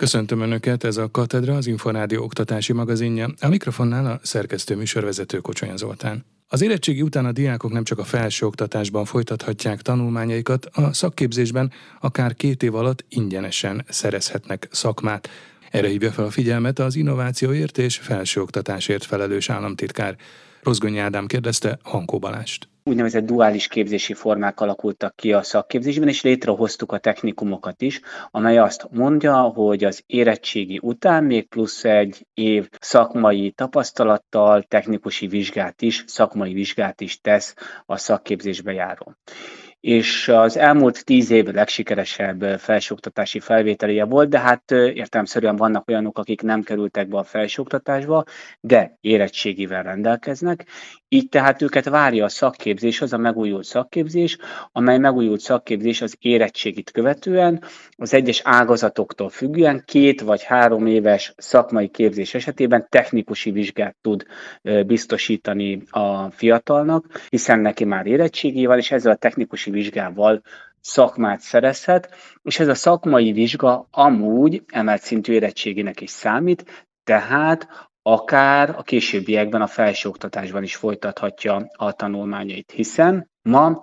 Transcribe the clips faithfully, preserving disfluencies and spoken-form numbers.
Köszöntöm Önöket, ez a Katedra, az Inforádió oktatási magazinja, a mikrofonnál a szerkesztő műsorvezető Kocsolya Zoltán. Az érettségi után a diákok nem csak a felsőoktatásban folytathatják tanulmányaikat, a szakképzésben akár két év alatt ingyenesen szerezhetnek szakmát. Erre hívja fel a figyelmet az innovációért és felsőoktatásért felelős államtitkár. Rozgonyi Ádám kérdezte Hankó Balást. Úgynevezett duális képzési formák alakultak ki a szakképzésben, és létrehoztuk a technikumokat is, amely azt mondja, hogy az érettségi után még plusz egy év szakmai tapasztalattal technikusi vizsgát is, szakmai vizsgát is tesz a szakképzésbe járó. És az elmúlt tíz év legsikeresebb felsőoktatási felvételije volt, de hát értelemszerűen vannak olyanok, akik nem kerültek be a felsőoktatásba, de érettségivel rendelkeznek, így tehát őket várja a szakképzés, az a megújult szakképzés, amely megújult szakképzés az érettségit követően, az egyes ágazatoktól függően két vagy három éves szakmai képzés esetében technikusi vizsgát tud biztosítani a fiatalnak, hiszen neki már érettségi van, és ezzel a technikusi vizsgával szakmát szerezhet, és ez a szakmai vizsga amúgy emelt szintű érettségének is számít, tehát akár a későbbiekben a felsőoktatásban is folytathatja a tanulmányait, hiszen ma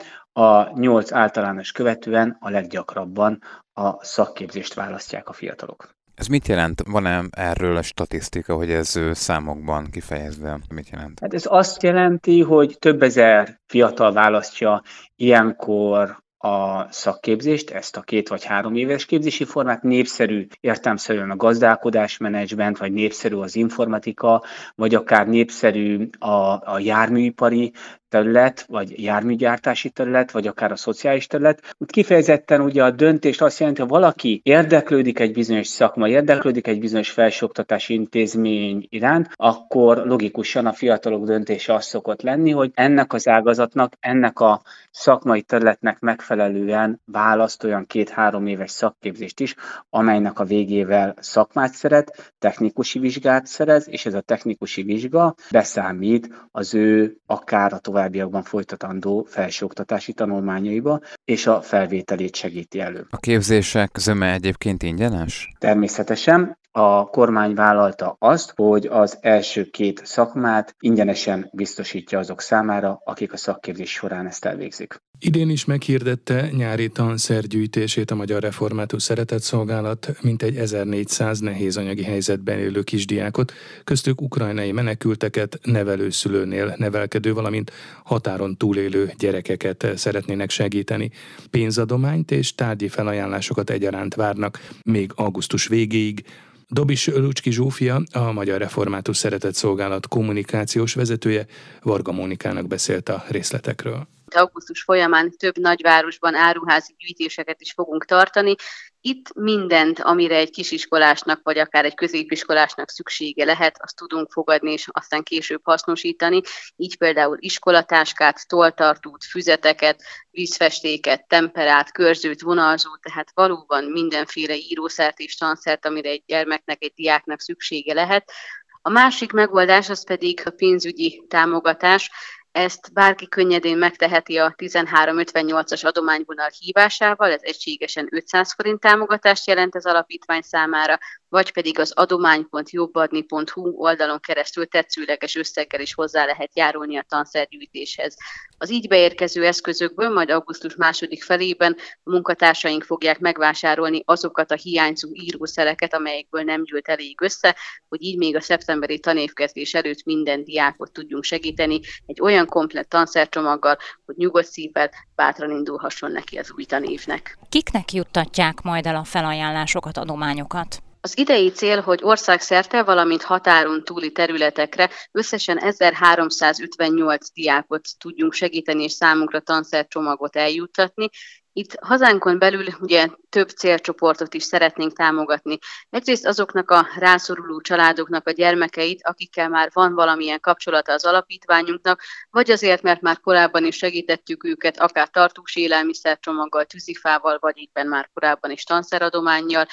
a nyolc általános követően a leggyakrabban a szakképzést választják a fiatalok. Ez mit jelent? Van-e erről a statisztika, hogy ez számokban kifejezve mit jelent? Hát ez azt jelenti, hogy több ezer fiatal választja ilyenkor a szakképzést, ezt a két vagy három éves képzési formát, népszerű értelemszerűen a gazdálkodásmenedzsment, vagy népszerű az informatika, vagy akár népszerű a, a járműipari terület, vagy járműgyártási terület, vagy akár a szociális terület. Úgy kifejezetten ugye a döntést azt jelenti, ha valaki érdeklődik egy bizonyos szakma, érdeklődik egy bizonyos felsőoktatási intézmény iránt, akkor logikusan a fiatalok döntése az szokott lenni, hogy ennek az ágazatnak, ennek a szakmai területnek megfelelően választ olyan két-három éves szakképzést is, amelynek a végével szakmát szeret, technikusi vizsgát szerez, és ez a technikusi vizsga beszámít az ő akár a továbbiakban folytatandó felsőoktatási tanulmányaiba, és a felvételét segíti elő. A képzések zöme egyébként ingyenes? Természetesen. A kormány vállalta azt, hogy az első két szakmát ingyenesen biztosítja azok számára, akik a szakképzés során ezt elvégzik. Idén is meghirdette nyári tanszergyűjtését a Magyar Református Szeretetszolgálat, mintegy ezernégyszáz nehéz anyagi helyzetben élő kisdiákot, köztük ukrajnai menekülteket, nevelőszülőnél nevelkedő, valamint határon túlélő gyerekeket szeretnének segíteni. Pénzadományt és tárgyi felajánlásokat egyaránt várnak még augusztus végéig. Dobis Lucski Zsófia, a Magyar Református Szeretetszolgálat kommunikációs vezetője, Varga Mónikának beszélt a részletekről. Augusztus folyamán több nagyvárosban áruházi gyűjtéseket is fogunk tartani. Itt mindent, amire egy kisiskolásnak vagy akár egy középiskolásnak szüksége lehet, azt tudunk fogadni és aztán később hasznosítani. Így például iskolatáskát, tolltartót, füzeteket, vízfestéket, temperát, körzőt, vonalzót, tehát valóban mindenféle írószert és tanszert, amire egy gyermeknek, egy diáknak szüksége lehet. A másik megoldás az pedig a pénzügyi támogatás. Ezt bárki könnyedén megteheti a tizenhárom ötvennyolcas adományvonal hívásával, ez egységesen ötszáz forint támogatást jelent az alapítvány számára, vagy pedig az adomány pont jobbadni pont hu oldalon keresztül tetszőleges összeggel is hozzá lehet járulni a tanszergyűjtéshez. Az így beérkező eszközökből majd augusztus második felében a munkatársaink fogják megvásárolni azokat a hiányzó írószereket, amelyekből nem gyűlt elég össze, hogy így még a szeptemberi tanévkezdés előtt minden diákot tudjunk segíteni egy olyan komplett tanszercsomaggal, hogy nyugodt szívvel bátran indulhasson neki az új tanévnek. Kiknek juttatják majd el a felajánlásokat, adományokat? Az idei cél, hogy országszerte, valamint határon túli területekre összesen ezerháromszázötvennyolc diákot tudjunk segíteni és számunkra tanszercsomagot eljuttatni. Itt hazánkon belül ugye több célcsoportot is szeretnénk támogatni. Egyrészt azoknak a rászoruló családoknak a gyermekeit, akikkel már van valamilyen kapcsolata az alapítványunknak, vagy azért, mert már korábban is segítettük őket, akár tartós élelmiszercsomaggal, tűzifával, vagy éppen már korábban is tanszeradománnyal,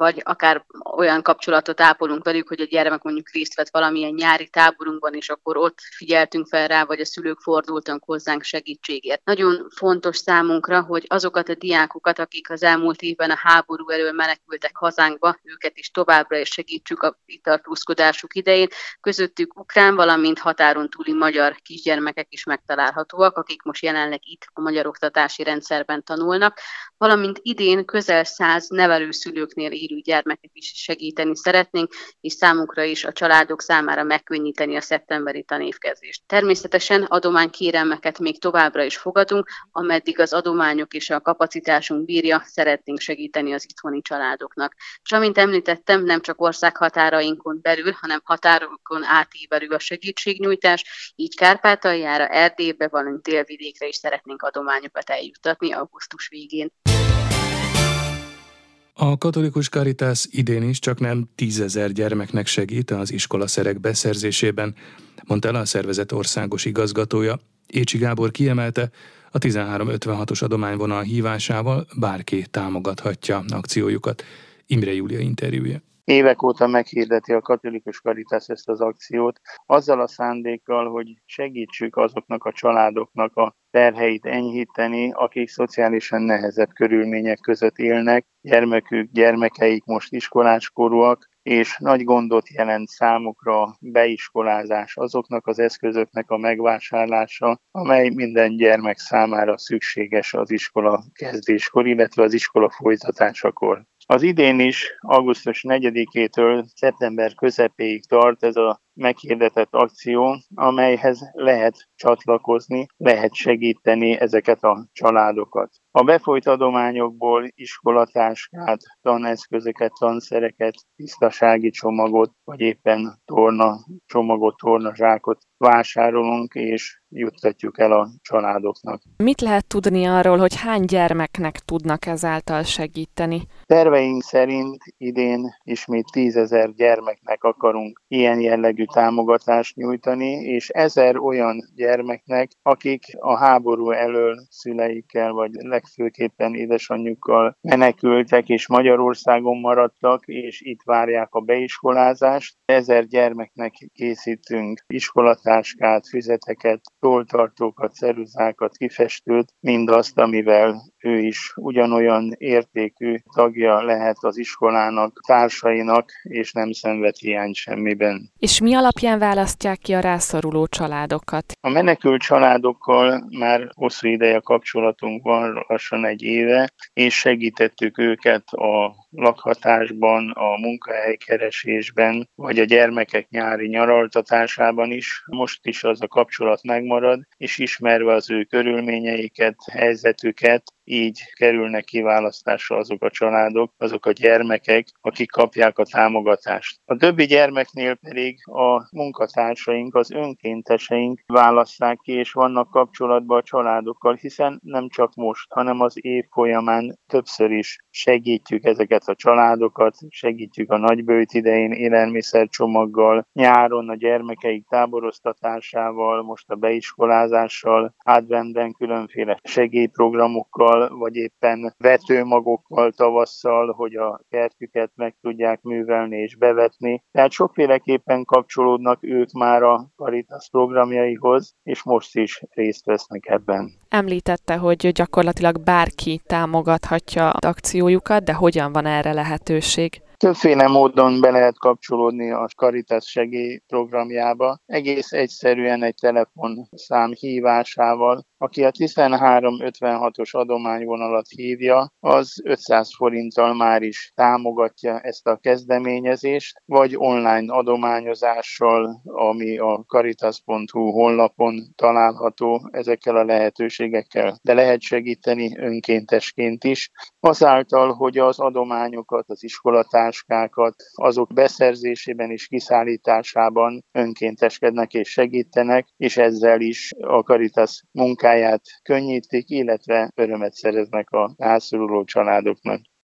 vagy akár olyan kapcsolatot ápolunk velük, hogy a gyermek mondjuk részt vett valamilyen nyári táborunkban, és akkor ott figyeltünk fel rá, vagy a szülők fordultak hozzánk segítségért. Nagyon fontos számunkra, hogy azokat a diákokat, akik az elmúlt évben a háború elől menekültek hazánkba, őket is továbbra is segítsük a itt tartózkodásuk idején. Közöttük ukrán, valamint határon túli magyar kisgyermekek is megtalálhatóak, akik most jelenleg itt a magyar oktatási rendszerben tanulnak, valamint idén közel száz nevelőszülőknél élő gyermeket is segíteni szeretnénk, és számunkra is a családok számára megkönnyíteni a szeptemberi tanévkezdést. Természetesen adománykérelmeket még továbbra is fogadunk, ameddig az adományok és a kapacitásunk bírja, szeretnénk segíteni az itthoni családoknak. És amint említettem, nem csak országhatárainkon belül, hanem határokon átívelő a segítségnyújtás, így Kárpátaljára, Erdélybe, valamint Délvidékre is szeretnénk adományokat eljuttatni augusztus végén. A katolikus Caritas idén is csak nem tízezer gyermeknek segít az iskolaszerek beszerzésében, mondta el a szervezet országos igazgatója. Écsi Gábor kiemelte, a tizenhárom ötvenhatos adományvonal hívásával bárki támogathatja akciójukat. Imre Júlia interjúja. Évek óta meghirdeti a katolikus Caritas ezt az akciót, azzal a szándékkal, hogy segítsük azoknak a családoknak a terheit enyhíteni, akik szociálisan nehezebb körülmények között élnek, gyermekük, gyermekeik most iskoláskorúak, és nagy gondot jelent számukra beiskolázás, azoknak az eszközöknek a megvásárlása, amely minden gyermek számára szükséges az iskola kezdéskor, illetve az iskola folytatásakor. Az idén is augusztus negyedikétől szeptember közepéig tart ez a meghirdetett akció, amelyhez lehet csatlakozni, lehet segíteni ezeket a családokat. A befolyt adományokból iskolatáskát, taneszközöket, tanszereket, tisztasági csomagot, vagy éppen torna csomagot, tornazsákot vásárolunk, és juttatjuk el a családoknak. Mit lehet tudni arról, hogy hány gyermeknek tudnak ezáltal segíteni? Terveink szerint idén ismét tízezer gyermeknek akarunk ilyen jellegű támogatást nyújtani, és ezer olyan gyermeknek, akik a háború elől szüleikkel, vagy legfőképpen édesanyjukkal menekültek, és Magyarországon maradtak, és itt várják a beiskolázást. Ezer gyermeknek készítünk iskolatáskát, füzeteket, tolltartókat, ceruzákat, kifestőt, mindazt, amivel ő is ugyanolyan értékű tagja lehet az iskolának, társainak, és nem szenved hiányt semmiben. És mi alapján választják ki a rászoruló családokat? A menekült családokkal már hosszú ideje kapcsolatunk van, lassan egy éve, és segítettük őket a lakhatásban, a munkahelykeresésben, vagy a gyermekek nyári nyaraltatásában is. Most is az a kapcsolat megmarad, és ismerve az ő körülményeiket, helyzetüket, így kerülnek kiválasztásra azok a családok, azok a gyermekek, akik kapják a támogatást. A többi gyermeknél pedig a munkatársaink, az önkénteseink választák ki, és vannak kapcsolatban a családokkal, hiszen nem csak most, hanem az év folyamán többször is segítjük ezeket a családokat, segítjük a nagybőjt idején élelmiszercsomaggal, nyáron a gyermekeik táboroztatásával, most a beiskolázással, adventben különféle segélyprogramokkal, vagy éppen vetőmagokkal tavasszal, hogy a kertjüket meg tudják művelni és bevetni. Tehát sokféleképpen kapcsolódnak ők már a Caritas programjaihoz, és most is részt vesznek ebben. Említette, hogy gyakorlatilag bárki támogathatja az akciójukat, de hogyan van erre lehetőség? Többféle módon be lehet kapcsolódni a Caritas segélyprogramjába. Egész egyszerűen egy telefonszám hívásával. Aki a tizenhárom ötvenhatos adományvonalat hívja, az ötszáz forinttal már is támogatja ezt a kezdeményezést, vagy online adományozással, ami a caritas pont hu honlapon található ezekkel a lehetőségekkel. De lehet segíteni önkéntesként is, azáltal, hogy az adományokat, az iskolatáskákat, azok beszerzésében és kiszállításában önkénteskednek és segítenek, és ezzel is a Caritas munkáját könnyítik, illetve örömet szereznek a rászoruló családoknak.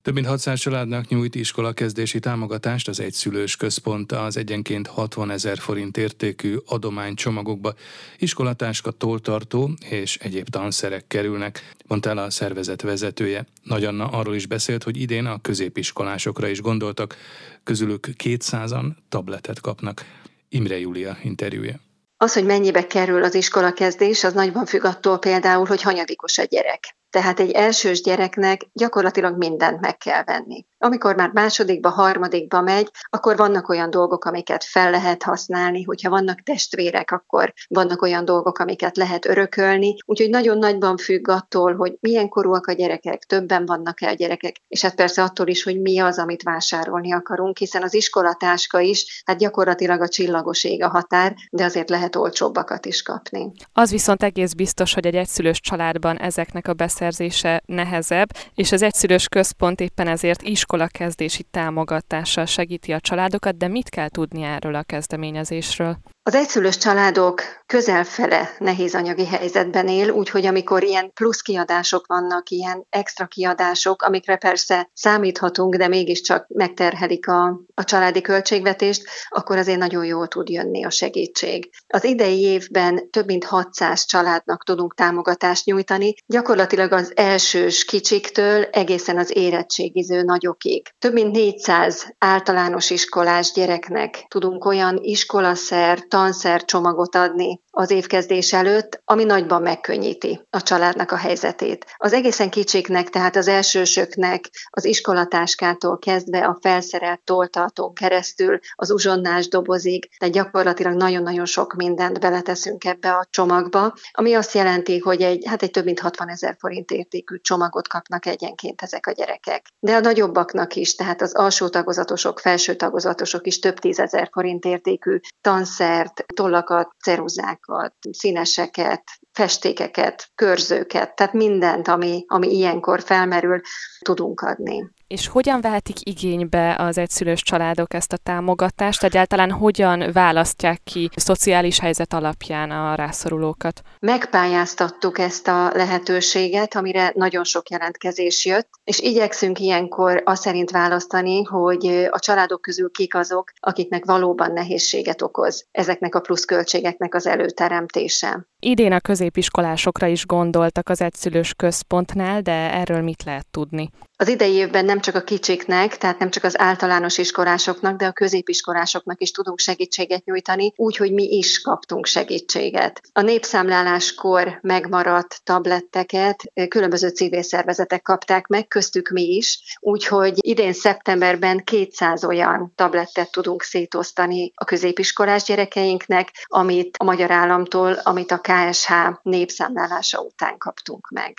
Több mint hatszáz családnak nyújt iskolakezdési támogatást az Egyszülős Központ az egyenként hatvanezer forint értékű adománycsomagokba. Iskolatáska, tolltartó és egyéb tanszerek kerülnek, mondta el a szervezet vezetője. Nagy Anna arról is beszélt, hogy idén a középiskolásokra is gondoltak, közülük kétszázan tabletet kapnak. Imre Júlia interjúja. Az, hogy mennyibe kerül az iskolakezdés, az nagyban függ attól például, hogy hanyadikos a gyerek. Tehát egy elsős gyereknek gyakorlatilag mindent meg kell venni. Amikor már másodikba, harmadikba megy, akkor vannak olyan dolgok, amiket fel lehet használni, hogyha vannak testvérek, akkor vannak olyan dolgok, amiket lehet örökölni. Úgyhogy nagyon nagyban függ attól, hogy milyen korúak a gyerekek, többen vannak-e a gyerekek, és hát persze attól is, hogy mi az, amit vásárolni akarunk, hiszen az iskolatáska is, hát gyakorlatilag a csillagos ég a határ, de azért lehet olcsóbbakat is kapni. Az viszont egész biztos, hogy egy egyszülős családban ezeknek a beszerzése nehezebb, és az Egyszülős Központ éppen ezért iskolakezdési támogatással segíti a családokat, de mit kell tudni erről a kezdeményezésről? Az egyszülős családok közel fele nehéz anyagi helyzetben él, úgyhogy amikor ilyen plusz kiadások vannak, ilyen extra kiadások, amikre persze számíthatunk, de mégiscsak megterhelik a, a családi költségvetést, akkor azért nagyon jól tud jönni a segítség. Az idei évben több mint hatszáz családnak tudunk támogatást nyújtani, gyakorlatilag az elsős kicsiktől egészen az érettségiző nagyokig. Több mint négyszáz általános iskolás gyereknek tudunk olyan iskolaszer, tanszercsomagot adni az évkezdés előtt, ami nagyban megkönnyíti a családnak a helyzetét. Az egészen kicsiknek, tehát az elsősöknek az iskolatáskától kezdve a felszerelt tolltartón keresztül az uzsonnás dobozig, tehát gyakorlatilag nagyon-nagyon sok mindent beleteszünk ebbe a csomagba, ami azt jelenti, hogy egy, hát egy több mint hatvanezer forint értékű csomagot kapnak egyenként ezek a gyerekek. De a nagyobbaknak is, tehát az alsó tagozatosok, felső tagozatosok is több tízezer forint értékű tanszert, tollakat, ceruzákat, színeseket, festékeket, körzőket, tehát mindent, ami, ami ilyenkor felmerül, tudunk adni. És hogyan vehetik igénybe az egyszülős családok ezt a támogatást? Egyáltalán hogyan választják ki szociális helyzet alapján a rászorulókat? Megpályáztattuk ezt a lehetőséget, amire nagyon sok jelentkezés jött, és igyekszünk ilyenkor azt szerint választani, hogy a családok közül kik azok, akiknek valóban nehézséget okoz ezeknek a pluszköltségeknek az előteremtése. Idén a középiskolásokra is gondoltak az Egyszülős Központnál, de erről mit lehet tudni? Az idei évben nem csak a kicsiknek, tehát nem csak az általános iskolásoknak, de a középiskolásoknak is tudunk segítséget nyújtani, úgyhogy mi is kaptunk segítséget. A népszámláláskor megmaradt tabletteket különböző civil szervezetek kapták meg, köztük mi is, úgyhogy idén szeptemberben kétszáz olyan tablettet tudunk szétosztani a középiskolás gyerekeinknek, amit a Magyar Államtól, amit a ká es há népszámlálása után kaptunk meg.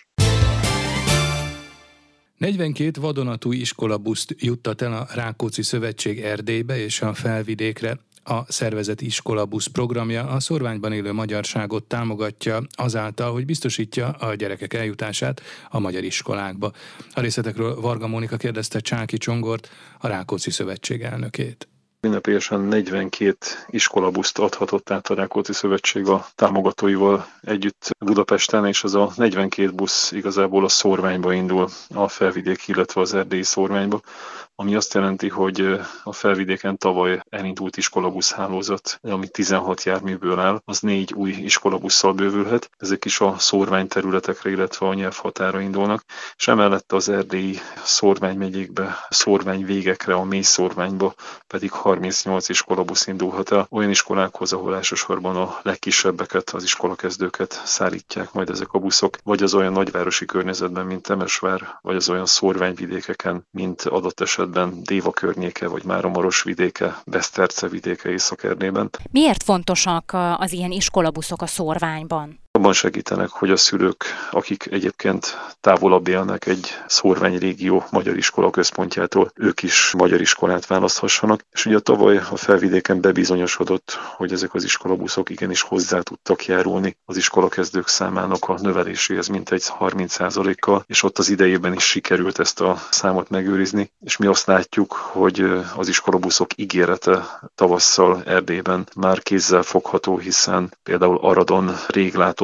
negyvenkét vadonatúj iskolabuszt juttat el a Rákóczi Szövetség Erdélybe és a Felvidékre. A szervezet iskolabusz programja a szórványban élő magyarságot támogatja azáltal, hogy biztosítja a gyerekek eljutását a magyar iskolákba. A részletekről Varga Mónika kérdezte Csáki Csongort, a Rákóczi Szövetség elnökét. Ünnepélyesen negyvenkét iskolabuszt adhatott át a Rákóczi Szövetség a támogatóival együtt Budapesten, és az a negyvenkét busz igazából a szórványba indul, a felvidék, illetve az erdélyi szórványba, ami azt jelenti, hogy a felvidéken tavaly elindult iskolabusz hálózat, ami tizenhat járműből áll, az négy új iskolabusszal bővülhet. Ezek is a szórvány területekre, illetve a nyelvhatára indulnak, és emellett az erdélyi szórvány megyékbe, szórvány végekre, a mély szórványba pedig harmincnyolc iskolabusz indulhat el olyan iskolákhoz, ahol elsősorban a legkisebbeket, az iskolakezdőket szállítják majd ezek a buszok, vagy az olyan nagyvárosi környezetben, mint Temesvár, vagy az olyan szórványvidékeken, mint adott esetben Déva környéke, vagy Máramaros vidéke, Beszterce vidéke Észak-Erdélyben. Miért fontosak az ilyen iskolabuszok a szórványban? Abban segítenek, hogy a szülők, akik egyébként távolabb élnek egy szórvány régió magyar iskola központjától, ők is magyar iskolát választhassanak. És ugye tavaly a Felvidéken bebizonyosodott, hogy ezek az iskolabuszok igenis hozzá tudtak járulni az iskolakezdők számának a növeléséhez mintegy harminc százalékkal, és ott az idejében is sikerült ezt a számot megőrizni. És mi azt látjuk, hogy az iskolabuszok ígérete tavasszal Erdélyben már kézzel fogható, hiszen például Aradon rég látott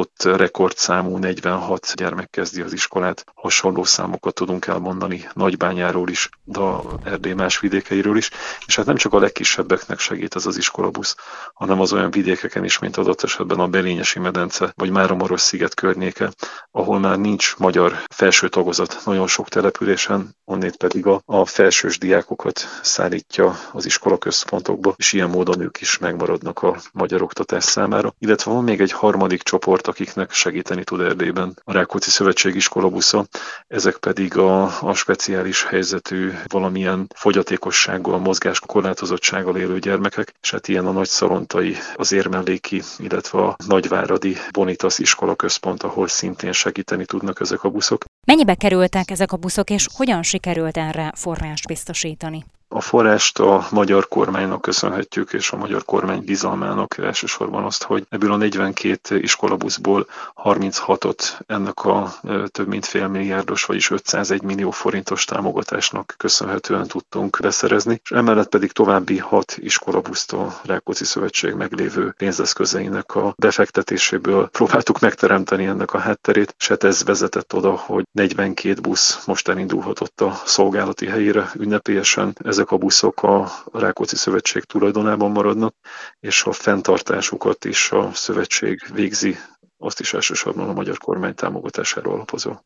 ott rekordszámú negyvenhat gyermek kezdi az iskolát. Hasonló számokat tudunk elmondani Nagybányáról is, de Erdély más vidékeiről is. És hát nem csak a legkisebbeknek segít ez az iskolabusz, hanem az olyan vidékeken is, mint adott esetben a Belényesi medence, vagy Máramarossziget környéke, ahol már nincs magyar felső tagozat nagyon sok településen, onnét pedig a, a felsős diákokat szállítja az iskolaközpontokba, és ilyen módon ők is megmaradnak a magyar oktatás számára. Illetve van még egy harmadik csoport, akiknek segíteni tud Erdélyben a Rákóczi Szövetség iskolabusza, ezek pedig a, a speciális helyzetű, valamilyen fogyatékossággal, mozgáskorlátozottsággal élő gyermekek, és hát ilyen a nagyszalontai, az Érmelléki, illetve a nagyváradi Bonitas iskolaközpont, ahol szintén segíteni tudnak ezek a buszok. Mennyibe kerültek ezek a buszok, és hogyan sikerült erre forrást biztosítani? A forrást a magyar kormánynak köszönhetjük, és a magyar kormány bizalmának elsősorban azt, hogy ebből a negyvenkét iskolabuszból harminchatot ennek a több mint fél milliárdos, vagyis ötszázegy millió forintos támogatásnak köszönhetően tudtunk beszerezni, és emellett pedig további hat iskolabuszt a Rákóczi Szövetség meglévő pénzeszközeinek a befektetéséből próbáltuk megteremteni ennek a hátterét, és hát ez vezetett oda, hogy negyvenkét busz most elindulhatott a szolgálati helyére ünnepélyesen. Ezek a buszok a Rákóczi Szövetség tulajdonában maradnak, és a fenntartásukat is a szövetség végzi, azt is elsősorban a magyar kormány támogatására alapozva.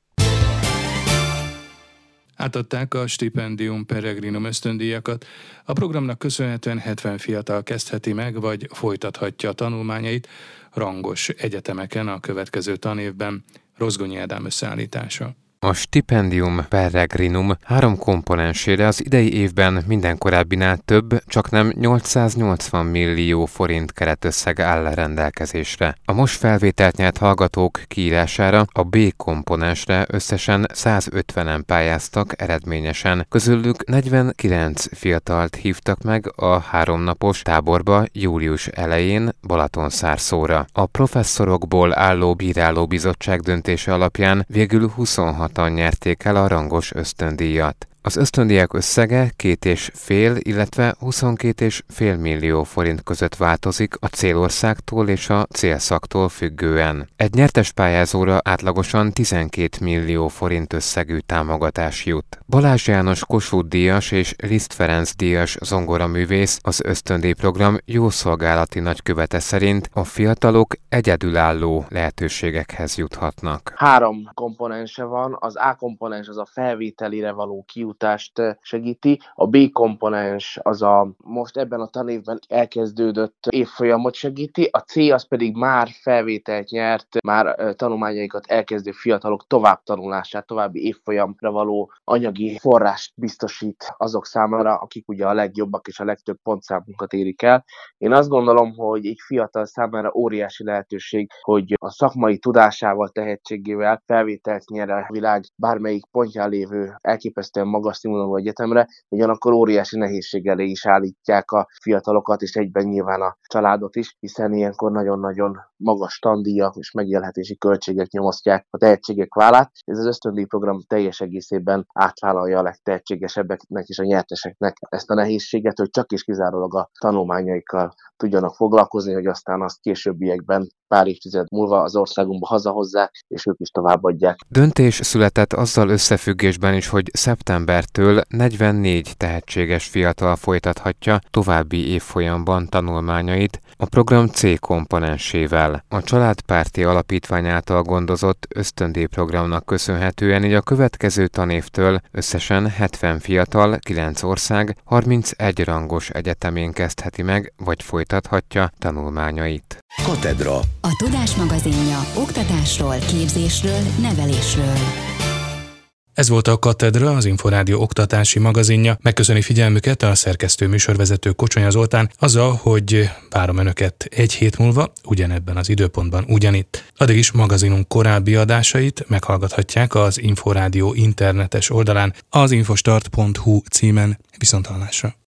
Átadták a Stipendium Peregrinum ösztöndíjakat. A programnak köszönhetően hetven fiatal kezdheti meg, vagy folytathatja a tanulmányait rangos egyetemeken a következő tanévben. Rozgonyi Ádám összeállítása. A Stipendium Peregrinum három komponensére az idei évben minden korábbinál több, csaknem nyolcszáznyolcvan millió forint keretösszeg áll rendelkezésre. A most felvételt nyert hallgatók kiírására a B komponensre összesen százötvenen pályáztak eredményesen, közülük negyvenkilenc fiatalt hívtak meg a háromnapos táborba július elején Balatonszárszóra. A professzorokból álló bírálóbizottság döntése alapján végül huszonhatan nyerték el a rangos ösztöndíjat. Az ösztöndíjak összege két és fél, illetve huszonkét és fél millió forint között változik a célországtól és a célszaktól függően. Egy nyertes pályázóra átlagosan tizenkét millió forint összegű támogatás jut. Balázs János Kossuth díjas és Liszt Ferenc díjas zongoraművész az ösztöndíjprogram jó szolgálati nagykövete szerint a fiatalok egyedülálló lehetőségekhez juthatnak. Három komponense van, az A komponens az a felvételire való kijut segíti, a B komponens az a most ebben a tanévben elkezdődött évfolyamot segíti, a C az pedig már felvételt nyert, már tanulmányaikat elkezdő fiatalok továbbtanulását, további évfolyamra való anyagi forrást biztosít azok számára, akik ugye a legjobbak és a legtöbb pontszámunkat érik el. Én azt gondolom, hogy egy fiatal számára óriási lehetőség, hogy a szakmai tudásával, tehetségével felvételt nyer a világ bármelyik pontján lévő elképesztően magas színvonalú egyetemre, ugyanakkor óriási nehézség elé is állítják a fiatalokat, és egyben nyilván a családot is, hiszen ilyenkor nagyon-nagyon magas tandíjak és megélhetési költségek nyomasztják a tehetségek vállát. Ez az ösztöndíjprogram teljes egészében átvállalja a legtehetségesebbeknek és a nyerteseknek ezt a nehézséget, hogy csak és kizárólag a tanulmányaikkal tudjanak foglalkozni, hogy aztán azt későbbiekben pár évtized múlva az országunkba hazahozzák, és ők is továbbadják. Döntés született azzal összefüggésben is, hogy szeptembertől negyvennégy tehetséges fiatal folytathatja további évfolyamban tanulmányait a program C komponensével. A Családpárti Alapítvány által gondozott ösztöndíjprogramnak köszönhetően így a következő tanévtől összesen hetven fiatal, kilenc ország, harmincegy rangos egyetemén kezdheti meg, vagy folytathatja tanulmányait. Katedra. A Tudás magazinja oktatásról, képzésről, nevelésről. Ez volt a Katedra, az Inforádió oktatási magazinja. Megköszöni figyelmüket a szerkesztő műsorvezető Kocsonya Zoltán azzal, hogy várom önöket egy hét múlva, ugyanebben az időpontban ugyanitt. Addig is magazinunk korábbi adásait meghallgathatják az Inforádió internetes oldalán, az infostart pont hu címen. Viszonthallásra.